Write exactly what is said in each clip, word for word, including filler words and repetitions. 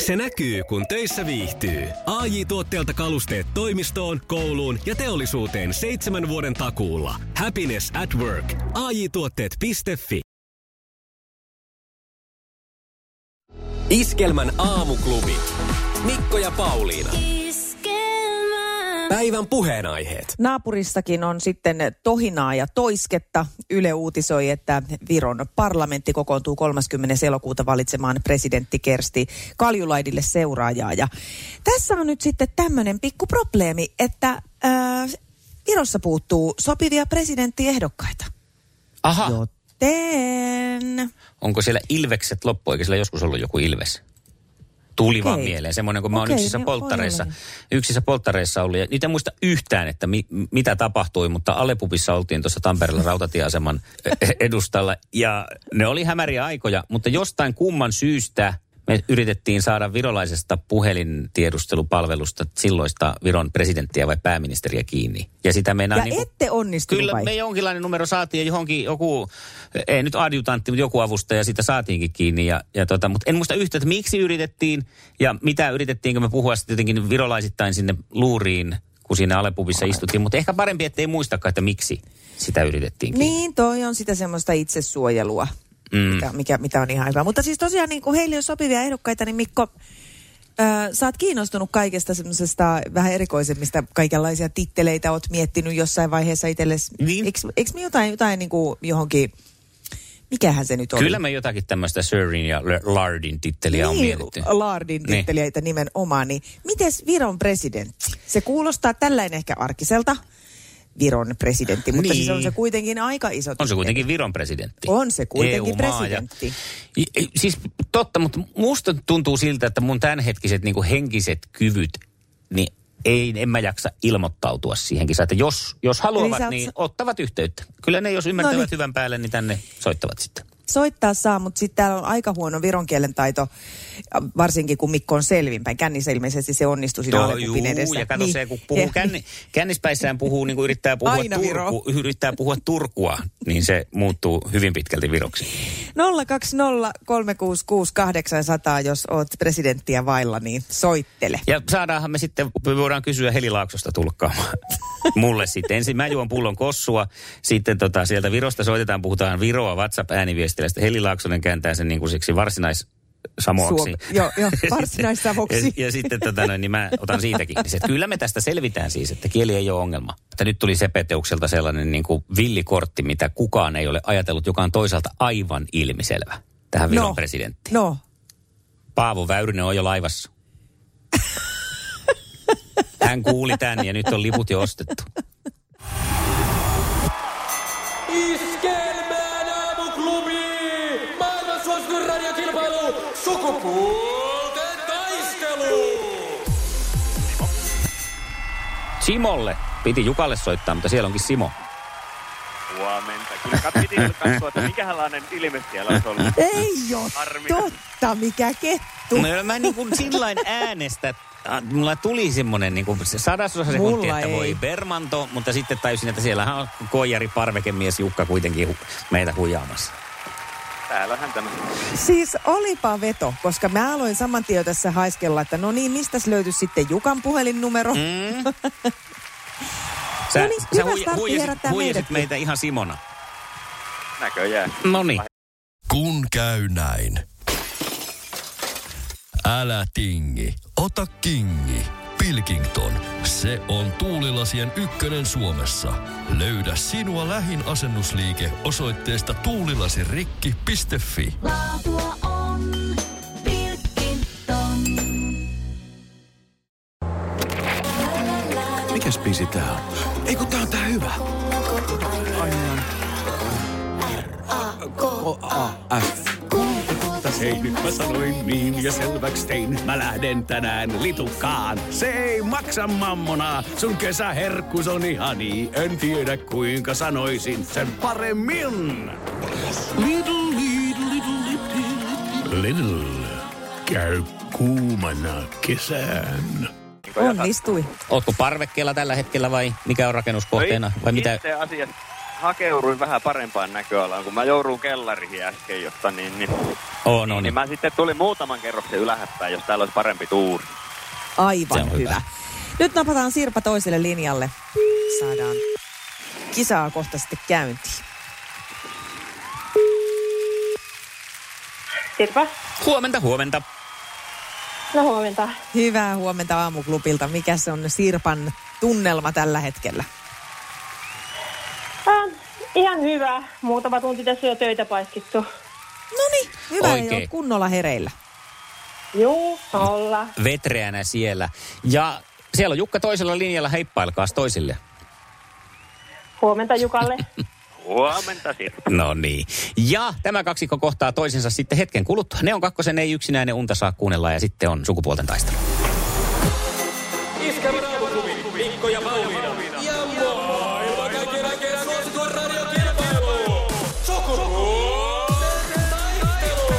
Se näkyy, kun töissä viihtyy. A J-tuotteelta kalusteet toimistoon, kouluun ja teollisuuteen seitsemän vuoden takuulla. Happiness at work. A J tuotteet piste fi. Iskelmän aamuklubi. Mikko ja Pauliina. Päivän puheenaiheet. Naapurissakin on sitten tohinaa ja toisketta. Yle uutisoi, että Viron parlamentti kokoontuu kolmaskymmenes elokuuta valitsemaan presidentti Kersti Kaljulaidille seuraajaa. Ja tässä on nyt sitten tämmöinen pikku probleemi, että ää, Virossa puuttuu sopivia presidenttiehdokkaita. Aha. Joten... Onko siellä ilvekset loppu, eikä siellä joskus ollut joku ilves? Tuli okay. vaan mieleen. Semmoinen, kun mä oon yksissä niin polttareissa, yksissä polttareissa ollut. Ja niitä en muista yhtään, että mi, mitä tapahtui, mutta Alepupissa oltiin tuossa Tampereella rautatieaseman edustalla. Ja ne oli hämäriä aikoja, mutta jostain kumman syystä me yritettiin saada virolaisesta puhelintiedustelupalvelusta silloista Viron presidenttiä vai pääministeriä kiinni. Ja sitä meinaa ja niin kuin, ette onnistunut kyllä vai? Me jonkinlainen numero saatiin ja johonkin joku, ei nyt adjutantti, mutta joku avustaja sitä saatiinkin kiinni. Ja, ja tota, mutta en muista yhtä, että miksi yritettiin ja mitä yritettiinkö me puhua sitten jotenkin virolaisittain sinne luuriin, kun siinä Alepupissa istuttiin. Mutta ehkä parempi, ettei muistakaan, että miksi sitä yritettiin kiinni. Niin, toi on sitä semmoista itsesuojelua. Mm. Mikä, mikä, mitä on ihan hyvä. Mutta siis tosiaan niin kun heille on sopivia ehdokkaita, niin Mikko, äh, sä oot kiinnostunut kaikesta semmoisesta vähän erikoisemmista kaikenlaisia titteleitä, oot miettinyt jossain vaiheessa itsellesi. Niin. Eikö, eikö me jotain, jotain niin kuin johonkin, mikähän se nyt on? Kyllä me jotakin tämmöistä Sirin ja Lardin titteliä niin, on mietitty. Lardin titteliäitä niin. nimenomaan. Niin mites Viron presidentti? Se kuulostaa tällainen ehkä arkiselta. Viron presidentti, mutta niin. Siis on se kuitenkin aika iso titteli. On se kuitenkin Viron presidentti. On se kuitenkin presidentti. Ja, siis totta, mutta musta tuntuu siltä, että mun tämänhetkiset niin kuin henkiset kyvyt, niin ei, en mä jaksa ilmoittautua siihenkin. Että jos, jos haluavat, oot... niin ottavat yhteyttä. Kyllä ne, jos ymmärtävät no niin. hyvän päälle, niin tänne soittavat sitten. Soittaa saa, mutta sitten täällä on aika huono viron kielen taito, varsinkin kun Mikko on selvinpäin. Kännissä ilmeisesti se onnistui siinä Alepupin edessä. Ja kato niin. se, kun puhuu känni, kännispäissään puhuu, niin kuin yrittää puhua, turku, yrittää puhua Turkua, niin se muuttuu hyvin pitkälti viroksi. nolla kaksi nolla kolme kuusi kuusi kahdeksan nolla nolla, jos oot presidenttiä vailla, niin soittele. Ja saadaanhan me sitten, voidaan kysyä Heli Laaksosta tulkkaamaan mulle sitten. Ensin mä juon pullon kossua, sitten tota, sieltä Virosta soitetaan, puhutaan Viroa WhatsApp-ääniviestillä. Sitten Heli Laaksonen kääntää sen niin kuin siksi varsinaissamoaksi. Suom- joo, joo, varsinaissavoksi. ja, ja sitten tota noin, niin mä otan siitäkin. Niin kyllä me tästä selvitään siis, että kieli ei ole ongelma. Että nyt tuli Sepeteukselta sellainen niin kuin villikortti, mitä kukaan ei ole ajatellut, joka on toisaalta aivan ilmiselvä tähän Viron no, presidenttiin. No. Paavo Väyrynen on jo laivassa. Hän kuuli tän ja nyt on liput jo ostettu. Iskelmään aamuklubi! Maailman suosituin radiokilpailu! Sukupuolten taistelu! Simolle. Piti Jukalle soittaa, mutta siellä onkin Simo. Huomenta. Kyllä piti katsoa, että mikälainen ilme siellä on ollut. Ei ole totta, mikä kettu. No, mä niin kuin sillain äänestä. Mulla tuli semmoinen niin kuin sadasosa sekunti, että ei. Voi Bermanto, mutta sitten tajusin, että siellähän on koijari parvekemies Jukka kuitenkin hu- meitä huijaamassa. Täällä hän tämä. Siis olipa veto, koska mä aloin saman tien tässä haiskella, että no niin, mistäs löytyisi sitten Jukan puhelinnumero? Mm. Sä, no niin, sä hui, huijasit, huijasit meitä ihan Simona. Näköjään. Noniin. Kun käy näin. Älä tingi, ota kingi. Pilkington, se on tuulilasien ykkönen Suomessa. Löydä sinua lähin asennusliike osoitteesta tuulilasirikki piste fi. Laatua on Pilkington. Mikäs biisi tää on? Ei kun tää on tää hyvä. R-A-K-A-F. Hei, nyt mä sanoin niin ja selväks tein. Mä lähden tänään litukaan. Se ei maksa mammonaa. Sun kesäherkkus on ihani. En tiedä kuinka sanoisin sen paremmin. Lidl, Lidl, Lidl, Lidl. Lidl. Käy kuumana kesään. Onnistui. Ootko parvekkeella tällä hetkellä vai mikä on rakennuskohteena? No vai mitä? Itse asiassa, hakeuduin vähän parempaan näköalaan, kun mä jouduin kellariin äsken, jotta niin, niin, oh, no niin. niin mä sitten tulin muutaman kerroksen ylähäpäin, jos täällä olisi parempi tuuri. Aivan hyvä. hyvä. Nyt napataan Sirpa toiselle linjalle. Saadaan kisaa kohta sitten käyntiin. Sirpa. Huomenta, huomenta. No huomenta. Hyvää huomenta Aamuklubilta. Mikä se on Sirpan tunnelma tällä hetkellä? Äh, ihan hyvä. Muutama tunti tässä jo töitä paiskittu. No niin, hyvä. Oikein. Ei ole kunnolla hereillä. Juu, olla. Vetreänä siellä. Ja siellä on Jukka toisella linjalla. Heippailkaas toisille. Huomenta Jukalle. Huomenta Sirpa. No niin. Ja tämä kaksikko kohtaa toisensa sitten hetken kuluttua. Ne on kakkosen, ei yksinäinen, unta saa kuunnella ja sitten on sukupuolten taistelu. Iskävä Aamuklubi, Mikko ja Pauliina. Ja maailman kaikkien aikeen suosituen radiokilpailu. Sukupuolten taistelu.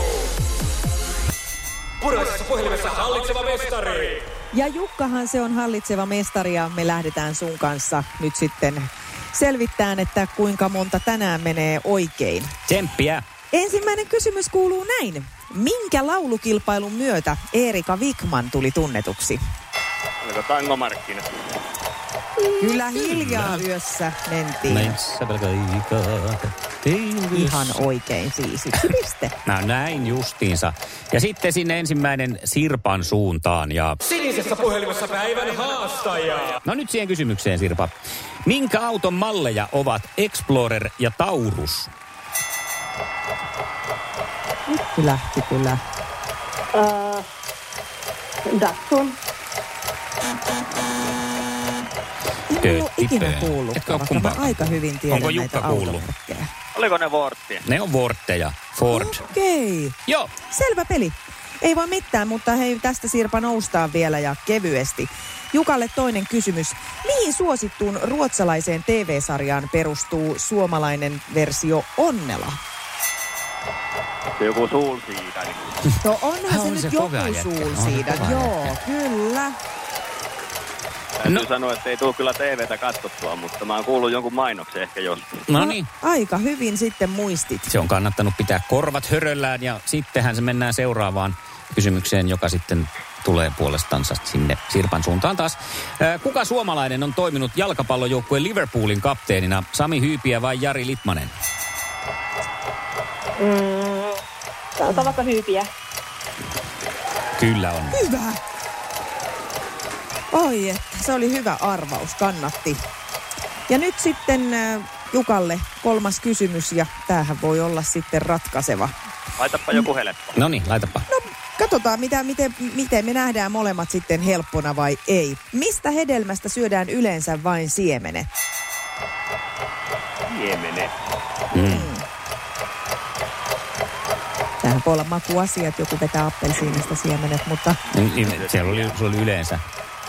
Puraisessa puhelimessa hallitseva mestari. Ja Jukkahan se on hallitseva mestari ja me lähdetään sun kanssa nyt sitten selvittämään, että kuinka monta tänään menee oikein. Tsemppiä. Ensimmäinen kysymys kuuluu näin. Minkä laulukilpailun myötä Erika Wikman tuli tunnetuksi? Oliko tangomarkkinat? Kyllä hiljaa yössä mentiin. Meissä pelkäikaa. Ihan oikein siis. Yksi piste. No näin justiinsa. Ja sitten sinne ensimmäinen Sirpan suuntaan. Ja Sinisessä puhelimessa päivän haastaja. no nyt siihen kysymykseen, Sirpa. Minkä auton malleja ovat Explorer ja Taurus? Nyt lähti kyllä. Uh, Datsun. En ole ikinä kuullut. Etkö ole Vaikka mä kumpaakaan? aika hyvin tiedän Onko näitä Jukka kuullut? automerkkejä. Oliko ne Vorttia? Ne on Vorteja. Ford. Okei. Joo. Selvä peli. Ei vaan mitään, mutta hei, tästä Sirpa noustaan vielä ja kevyesti. Jukalle toinen kysymys. Mihin suosittuun ruotsalaiseen T V-sarjaan perustuu suomalainen versio Onnela? Joku suulsiida. Niin. No onhan On se nyt se joku kova jätkä. suulsiida. On kova Joo, jätkä. kyllä. Täytyy No. sanoa, että ei tule kyllä T V:tä katsottua, mutta mä oon kuullut jonkun mainoksen ehkä joskus. No niin. Aika hyvin sitten muistit. Se on kannattanut pitää korvat höröllään ja sittenhän se mennään seuraavaan kysymykseen, joka sitten tulee puolestansa sinne Sirpan suuntaan taas. Ää, kuka suomalainen on toiminut jalkapallojoukkueen Liverpoolin kapteenina? Sami Hyypiä vai Jari Litmanen? Mm, sanotaan vaikka Hyypiä. Kyllä on. Hyvä. Oi, että se oli hyvä arvaus, kannatti. Ja nyt sitten äh, Jukalle kolmas kysymys ja tämähän voi olla sitten ratkaiseva. Laitapa joku helppo. No niin, laitapa. No, katsotaan, mitä, miten, miten me nähdään molemmat sitten helppona vai ei. Mistä hedelmästä syödään yleensä vain siemenet? Siemene. Mm. Tämähän voi olla makuasia, että joku vetää appelsiinista siemenet, mutta Niin, siellä oli, se oli yleensä.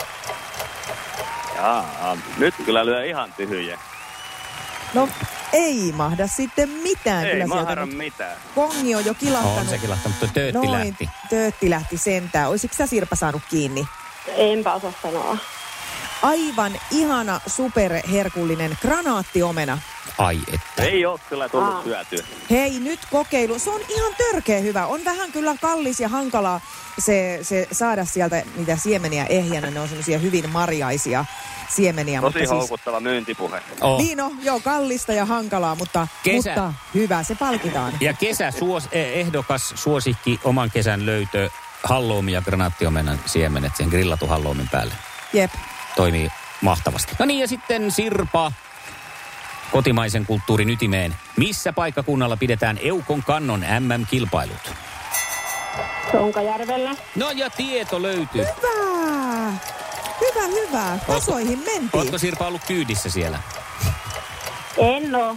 Jaa, nyt kyllä lyö ihan tyhjä. no ei mahda sitten mitään. Ei Kyllä sieltä mahda nyt mitään. kongi on jo kilahtanut. On sekin lahtanut, mutta töötti Noin, lähti. töötti lähti sentään. Olisitko sä Sirpa saanut kiinni? Enpä osaa sanoa. Aivan ihana, superherkullinen granaattiomena. Ai että. Ei ole kyllä tullut Aa. syötyä. Hei, nyt kokeilu. Se on ihan törkeä hyvä. On vähän kyllä kallis ja hankalaa se, se saada sieltä niitä siemeniä ehjänä. Ne on semmoisia hyvin marjaisia siemeniä. Tosi mutta houkuttava siis... myyntipuhe. Oh. Niin no, joo, kallista ja hankalaa, mutta, Kesä. mutta hyvä, se palkitaan. Ja kesä suos, eh, ehdokas suosikki oman kesän löytö halloumi ja granaattiomenan siemenet sen grillatun halloomin päälle. Jep. Toimii mahtavasti. No niin, ja sitten Sirpa kotimaisen kulttuurin ytimeen. Missä paikkakunnalla pidetään Eukon kannon M M-kilpailut? Sonkajärvellä. No ja tieto löytyy. Hyvä. Hyvä, hyvä. Tasoihin mentiin. Ootko Sirpa ollut kyydissä siellä? En oo.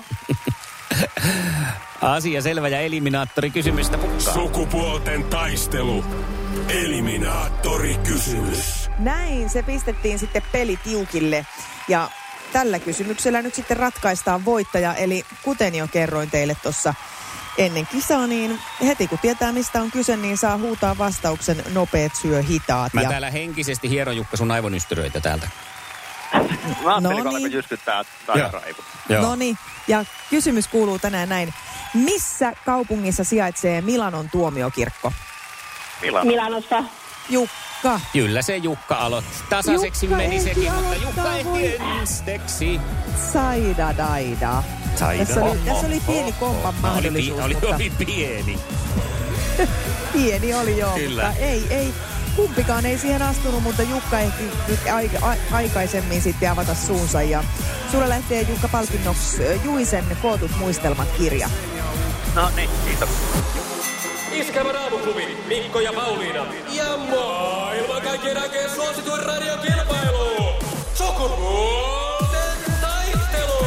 Asia selvä ja eliminaattori kysymystä pukkaa. Sukupuolten taistelu. Eliminaattori kysymys. Näin se pistettiin sitten peli tiukille ja tällä kysymyksellä nyt sitten ratkaistaan voittaja. Eli kuten jo kerroin teille tuossa ennen kisaa, niin heti kun tietää mistä on kyse, niin saa huutaa vastauksen nopeat syö hitaat. Mä ja... täällä henkisesti hieron Jukka sun aivonystyröitä täältä. Mä ajattelin, No kun niin. alkoi jyskyttää tajaraivu. No niin, ja kysymys kuuluu tänään näin. Missä kaupungissa sijaitsee Milanon tuomiokirkko? Milano. Milanossa. Jukka. Kyllä se Jukka aloitti. Tasaiseksi Jukka meni ehti sekin, mutta aloittaa, Jukka voi. ehti ensteksi. Saida daida. Saida. Tässä oli, Oho, tässä oli pieni kompan No, oli, pi- mahdollisuus, oli, mutta oli pieni. pieni oli joo, Kyllä. mutta ei, ei. Kumpikaan ei siihen astunut, mutta Jukka ehti nyt a- a- aikaisemmin sitten avata suunsa. Ja sulle lähtee Jukka palkinnoksi ö, Juisen Kootut muistelmat -kirja. No niin, kiitos. Iskelmän aamuklubi, Mikko ja Pauliina. Ja maailman kaikkien aikeen suosituen radiokilpailu. Sukupuolten taistelu.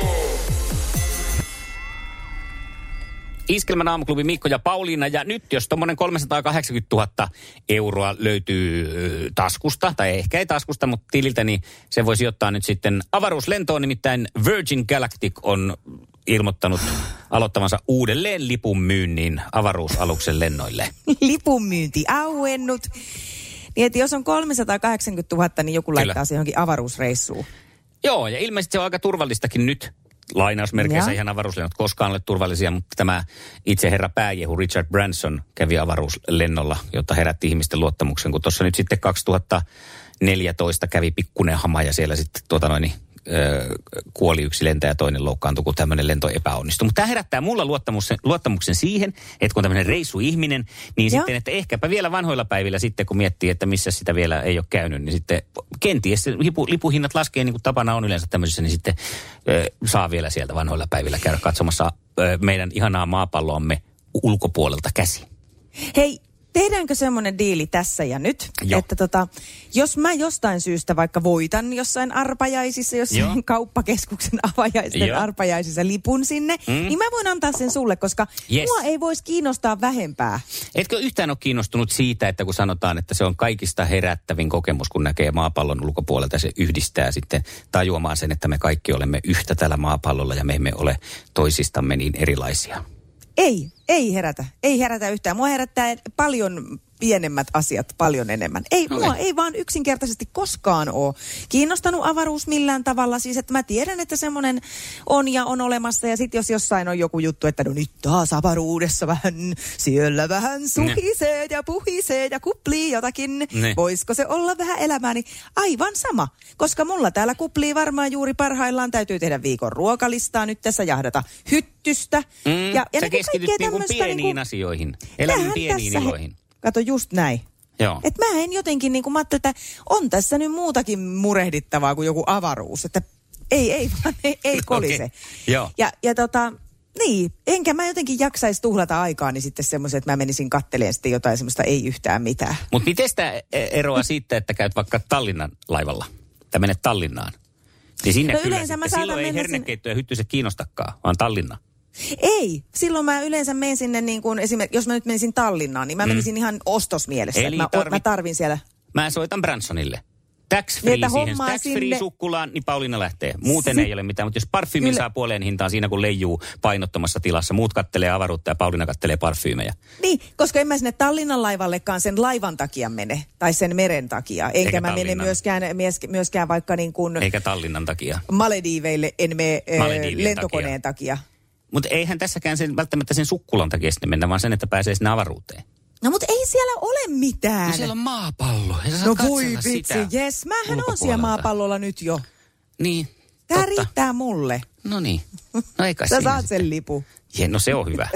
Iskelmän aamuklubi Mikko ja Pauliina. Ja nyt jos tuommoinen kolmesataakahdeksankymmentätuhatta euroa löytyy ö, taskusta, tai ehkä ei taskusta, mutta tililtä, niin se voisi ottaa nyt sitten avaruuslentoon. Nimittäin Virgin Galactic on ilmoittanut aloittavansa uudelleen lipun myynnin avaruusaluksen lennoille. Lipunmyynti auennut. Niin, että jos on kolmesataakahdeksankymmentätuhatta, niin joku Kyllä. laittaa se johonkin avaruusreissuun. Joo, ja ilmeisesti se on aika turvallistakin nyt. Lainausmerkeissä Ja. ihan avaruuslennot koskaan ole turvallisia, mutta tämä itse herra pääjehu Richard Branson kävi avaruuslennolla, jotta herätti ihmisten luottamuksen, kun tuossa nyt sitten kaksituhattaneljätoista kävi pikkuinen hama ja siellä sitten tuota noin, ö, kuoli yksi lentäjä ja toinen loukkaantui, kun tämmöinen lento epäonnistui. Mutta tämä herättää mulla luottamuksen, luottamuksen siihen, että kun on tämmöinen reissuihminen, niin Joo. sitten, että ehkäpä vielä vanhoilla päivillä sitten, kun miettii, että missä sitä vielä ei ole käynyt, niin sitten kenties se lipu, lipuhinnat laskee niin kuin tapana on yleensä tämmöisessä, niin sitten ö, saa vielä sieltä vanhoilla päivillä käydä katsomassa ö, meidän ihanaa maapalloamme ulkopuolelta käsi. Hei, tehdäänkö semmoinen diili tässä ja nyt, Joo. että tota, jos mä jostain syystä vaikka voitan jossain arpajaisissa, jossain Joo. kauppakeskuksen avajaisten Joo. arpajaisissa lipun sinne, Mm. niin mä voin antaa sen sulle, koska Yes. mua ei voisi kiinnostaa vähempää. Etkö yhtään ole kiinnostunut siitä, että kun sanotaan, että se on kaikista herättävin kokemus, kun näkee maapallon ulkopuolelta, se yhdistää sitten tajuamaan sen, että me kaikki olemme yhtä tällä maapallolla ja me emme ole toisistamme niin erilaisia. Ei, ei herätä. Ei herätä yhtään. Mua herättää paljon pienemmät asiat paljon enemmän. Ei Okei. mua, ei vaan yksinkertaisesti koskaan ole kiinnostanut avaruus millään tavalla. Siis, että mä tiedän, että semmoinen on ja on olemassa. Ja sitten jos jossain on joku juttu, että no nyt taas avaruudessa vähän, siellä vähän suhisee ja puhisee ja kuplii jotakin. Ne. Voisiko se olla vähän elämää? Niin aivan sama. Koska mulla täällä kuplii varmaan juuri parhaillaan. Täytyy tehdä viikon ruokalistaa nyt tässä, jahdata hyttystä. Mm, ja, ja sä niinku keskityt kaikkea niinku tämmöistä pieniin niinku- asioihin, elämän Tähän pieniin tässä he- iloihin. Kato just näin. Joo. Että mä en jotenkin, niin kuin mä ajattelin, että on tässä nyt muutakin murehdittavaa kuin joku avaruus. Että ei, ei vaan, ei, ei kolise. Okei, joo. Ja, ja tota, niin, enkä mä jotenkin jaksaisi tuhlata aikaa, niin sitten semmoisen, että mä menisin katteleen sitten jotain semmoista ei yhtään mitään. Mutta miten sitä eroa siitä, että käyt vaikka Tallinnan laivalla, tai menet Tallinnaan? Niin sinne No kyllä yleensä mä sitten. saatan Silloin ei mennä hernekeitto ja hyttyset kiinnostakaan, vaan Tallinna. Ei, silloin mä yleensä menen sinne niin kuin esimerkiksi, jos mä nyt menisin Tallinnaan, niin mä menisin mm. ihan ostosmielessä. Eli Mä, tarvit- mä tarvin siellä. Mä soitan Bransonille. Tax free Niin, että siihen, hommaa tax free sinne- sukkulaan, niin Pauliina lähtee. Muuten Si- ei ole mitään, mutta jos parfyymin Kyllä. saa puoleen hintaan siinä, kun leijuu painottomassa tilassa, muut kattelee avaruutta ja Pauliina kattelee parfyymejä. Niin, koska en mä sinne Tallinnan laivallekaan sen laivan takia mene, tai sen meren takia. Enkä Eikä mä mene Tallinnan. myöskään, mies- myöskään vaikka niin kuin Eikä Tallinnan takia. Malediiveille en mene äh, Malediivien lentokoneen takia. takia. Mutta eihän tässäkään sen, välttämättä sen sukkulan takia sinne mennä, vaan sen, että pääsee sinne avaruuteen. No mutta ei siellä ole mitään. No siellä on maapallo. Ja sä saat No katsella voi vitsi, sitä jes, mähän on siellä ulkopuolelta. maapallolla nyt jo. Niin, Tää totta. riittää mulle. No niin. No eikä Sä siinä saat sitten. sen lipu. Je, no se on hyvä.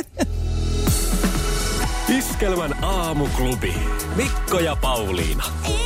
Iskelmän aamuklubi. Mikko ja Pauliina.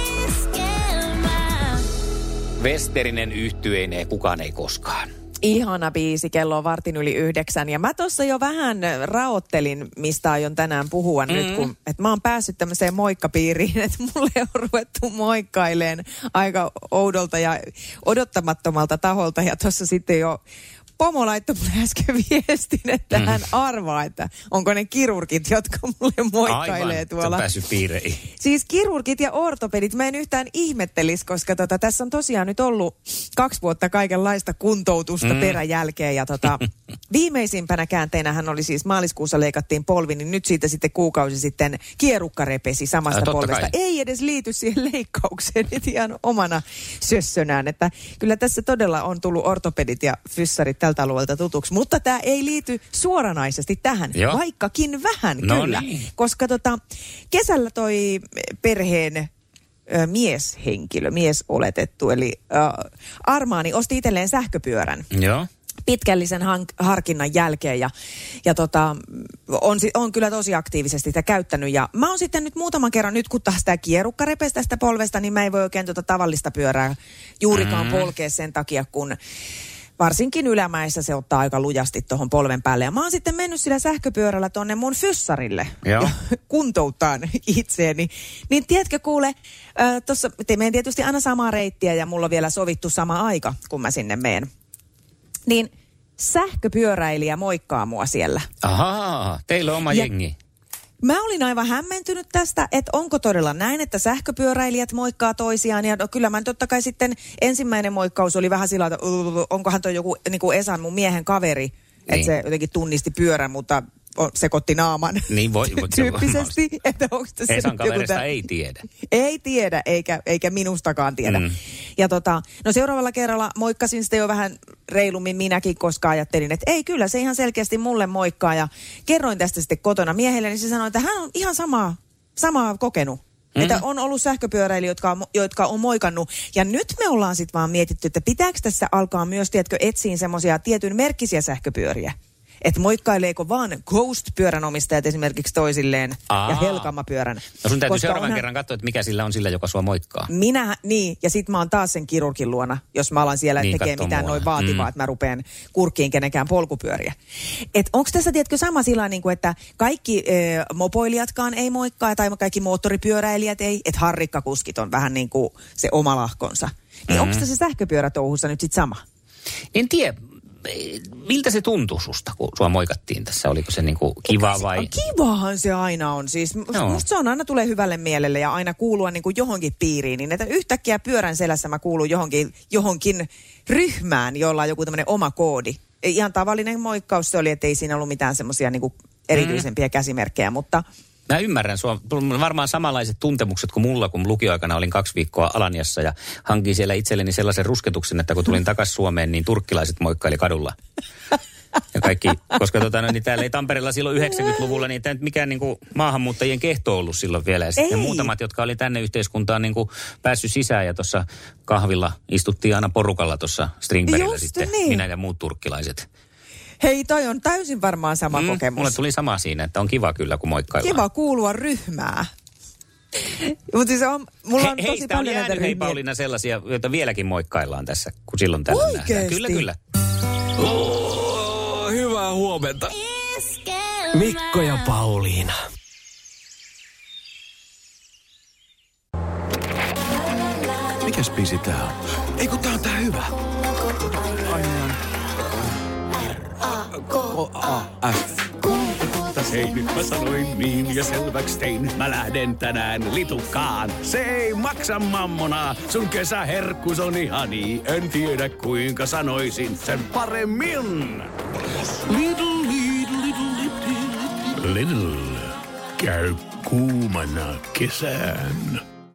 Westerinen yhtyeineen kukaan ei koskaan. Ihana biisi, kello on vartin yli yhdeksän. Ja mä tuossa jo vähän raottelin, mistä aion tänään puhua mm. nyt, kun että mä oon päässyt tämmöiseen moikkapiiriin, että mulle on ruvettu moikkaileen aika oudolta ja odottamattomalta taholta. Ja tuossa sitten jo pomo laittoi mulle äsken viestin, että hän arvaa, että onko ne kirurgit, jotka mulle moikkailee Aivan, tuolla. Aivan, päässyt piireihin. Siis kirurgit ja ortopedit, mä en yhtään ihmettelisi, koska tota, tässä on tosiaan nyt ollut kaksi vuotta kaikenlaista kuntoutusta mm. peräjälkeen. Ja tota, viimeisimpänä käänteenähän oli siis maaliskuussa leikattiin polvi, niin nyt siitä sitten kuukausi sitten kierukka repesi samasta Ää, polvesta. kai. Ei edes liity siihen leikkaukseen, et ihan omana sössönään. Että kyllä tässä todella on tullut ortopedit ja fyssarit tältä alueelta tutuksi. Mutta tämä ei liity suoranaisesti tähän, Joo. vaikkakin vähän No kyllä. niin. Koska tota, kesällä toi perheen ö, mieshenkilö, mies oletettu, eli ö, Armaani osti itselleen sähköpyörän. Joo. Pitkällisen hank- harkinnan jälkeen ja, ja tota, on, on kyllä tosi aktiivisesti sitä käyttänyt. Ja mä oon sitten nyt muutaman kerran, nyt kun taas tämä kierukka repesi tästä polvesta, niin mä ei voi oikein tota tavallista pyörää juurikaan mm. polkea sen takia, kun varsinkin ylämäessä se ottaa aika lujasti tuohon polven päälle. Ja mä oon sitten mennyt sillä sähköpyörällä tonne mun fyssarille ja kuntouttaan itseeni. Niin tiedätkö kuule, äh, tuossa menen tietysti aina samaa reittiä ja mulla on vielä sovittu sama aika, kun mä sinne menen. Niin sähköpyöräilijä moikkaa mua siellä. Ahaa, teillä on oma ja jengi. Mä olin aivan hämmentynyt tästä, että onko todella näin, että sähköpyöräilijät moikkaa toisiaan. Ja no, kyllä mä totta kai sitten ensimmäinen moikkaus oli vähän sillä, että onkohan toi joku niin kuin Esan, mun miehen kaveri. Niin. Että se jotenkin tunnisti pyörän, mutta sekoitti naaman niin voi, tyyppisesti. Että onko tässä Esan kaverista tämän... ei tiedä. Ei tiedä, eikä, eikä minustakaan tiedä. Mm. Ja tota, no seuraavalla kerralla moikkasin sitä jo vähän reilummin minäkin, koska ajattelin, että ei kyllä, se ihan selkeästi mulle moikkaa. Ja kerroin tästä sitten kotona miehelle, niin se sanoi, että hän on ihan samaa, samaa kokenut. Mm. Että on ollut sähköpyöräilijöitä, jotka on, jotka on moikannut. Ja nyt me ollaan sitten vaan mietitty, että pitääkö tässä alkaa myös, tiedätkö, etsiin semmoisia tietyn merkkisiä sähköpyöriä. Että moikkaileeko vaan Ghost-pyörän omistajat esimerkiksi toisilleen Aa. ja Helkama-pyörän. No sun täytyy koska seuraavan onhan... kerran katsoa, että mikä sillä on sillä, joka sua moikkaa. Minä, niin, ja sit mä oon taas sen kirurgin luona, jos mä alan siellä niin, tekee mitään noin vaativaa, mm. että mä rupean kurkkiin kenenkään polkupyöriä. Et onko tässä, tiedätkö, sama sillä niin kuin, että kaikki ö, mopoilijatkaan ei moikkaa, tai kaikki moottoripyöräilijät ei, että harrikkakuskit on vähän niin kuin se oma lahkonsa. Niin mm-hmm. onko tässä sähköpyörätouhussa nyt sit sama? En tiedä. Miltä se tuntui susta, kun sua moikattiin tässä? Oliko se niinku kiva vai? Kivahan se aina on. Siis no. Musta se on aina tulee hyvälle mielelle ja aina kuulua niinku johonkin piiriin. Niin että yhtäkkiä pyörän selässä mä kuulun johonkin, johonkin ryhmään, jolla on joku tämmöinen oma koodi. Ihan tavallinen moikkaus se oli, että ei siinä ollut mitään semmoisia niinku erityisempiä mm. käsimerkkejä, mutta... Mä ymmärrän sua. Varmaan samanlaiset tuntemukset kuin mulla, kun lukioaikana olin kaksi viikkoa Alaniassa ja hankin siellä itselleni sellaisen rusketuksen, että kun tulin takaisin Suomeen, niin turkkilaiset moikkaili kadulla. Ja kaikki, koska tota, no, niin täällä ei Tampereella silloin yhdeksänkymmentäluvulla, niin tämä mikään niin kuin, maahanmuuttajien kehto ollut silloin vielä. Ja sitten muutamat, jotka oli tänne yhteiskuntaan niin kuin, päässyt sisään ja tuossa kahvilla istuttiin aina porukalla tuossa Stringbergillä sitten, niin. Minä ja muut turkkilaiset. Hei, toi on täysin varmaan sama mm, kokemus. Mulle tuli sama siinä, että on kiva kyllä, kun moikkaillaan. Kiva kuulua ryhmää. Mutta siis on, mulla on He, tosi heistä paljon on jäänyt, hei Pauliina, sellaisia, joita vieläkin moikkaillaan tässä, kun silloin tällä Oikeesti? nähdään. Kyllä, kyllä. Oh, hyvää huomenta. Mikko ja Pauliina. Mikäs biisi tää on? Ei kun tää on tää hyvä. Hei, nyt mä sanoin niin ja selväks tein. Mä lähden tänään litukaan. Se ei maksa mammonaa. Sun kesäherkkus on ihani. En tiedä kuinka sanoisin sen paremmin. Lidl, Lidl, Lidl, Lidl. Lidl. Käy kuumana kesään.